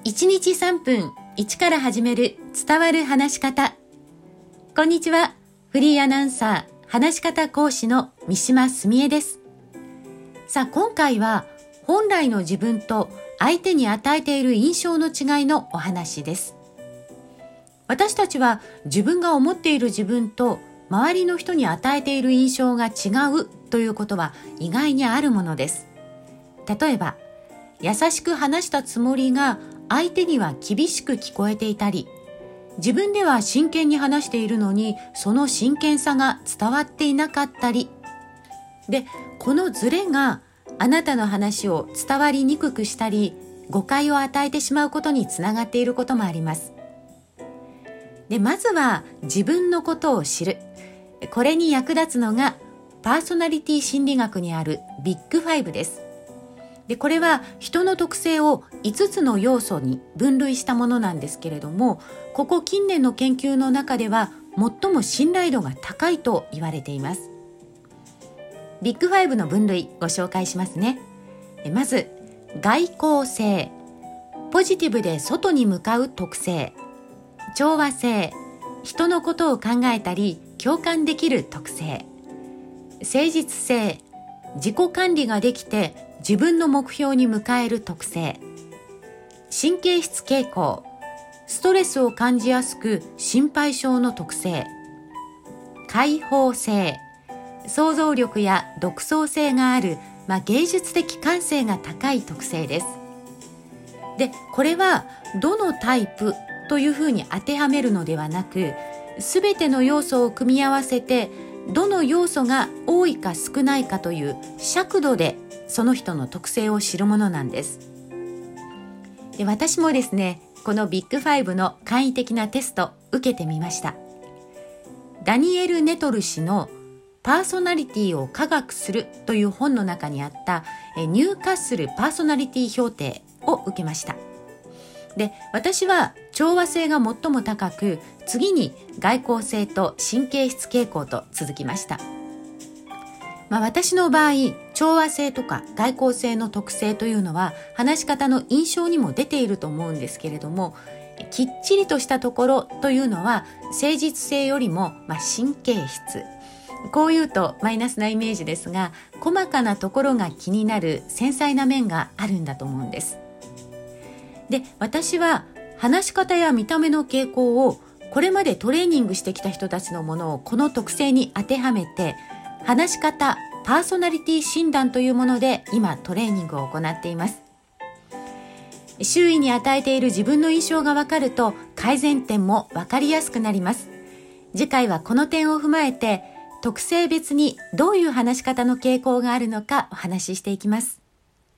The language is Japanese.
1日3分1から始める伝わる話し方。こんにちは。フリーアナウンサー、話し方講師の三島澄江です。さあ、今回は本来の自分と相手に与えている印象の違いのお話です。私たちは自分が思っている自分と周りの人に与えている印象が違うということは意外にあるものです。例えば、優しく話したつもりが相手には厳しく聞こえていたり、自分では真剣に話しているのにその真剣さが伝わっていなかったりで、このズレがあなたの話を伝わりにくくしたり、誤解を与えてしまうことにつながっていることもあります。で、まずは自分のことを知る。これに役立つのがパーソナリティ心理学にあるビッグファイブです。で、これは人の特性を5つの要素に分類したものなんですけれども、ここ近年の研究の中では最も信頼度が高いと言われています。ビッグファイブの分類ご紹介しますね。まず、外向性、ポジティブで外に向かう特性。調和性、人のことを考えたり共感できる特性。誠実性、自己管理ができて自分の目標に迎える特性。神経質傾向、ストレスを感じやすく心配性の特性。開放性、想像力や独創性がある、芸術的感性が高い特性です。で、これはどのタイプというふうに当てはめるのではなく、すべての要素を組み合わせてどの要素が多いか少ないかという尺度でその人の特性を知るものなんです。で、私もですね、このビッグファイブの簡易的なテスト受けてみました。ダニエル・ネトル氏のパーソナリティを科学するという本の中にあったニューカッスルパーソナリティ評定を受けました。で、私は調和性が最も高く、次に外向性と神経質傾向と続きました。私の場合、調和性とか外向性の特性というのは話し方の印象にも出ていると思うんですけれども、きっちりとしたところというのは誠実性よりも神経質。こういうとマイナスなイメージですが、細かなところが気になる繊細な面があるんだと思うんです。で、私は話し方や見た目の傾向をこれまでトレーニングしてきた人たちのものをこの特性に当てはめて、話し方パーソナリティ診断というもので今トレーニングを行っています。周囲に与えている自分の印象が分かると改善点も分かりやすくなります。次回はこの点を踏まえて特性別にどういう話し方の傾向があるのかお話ししていきます。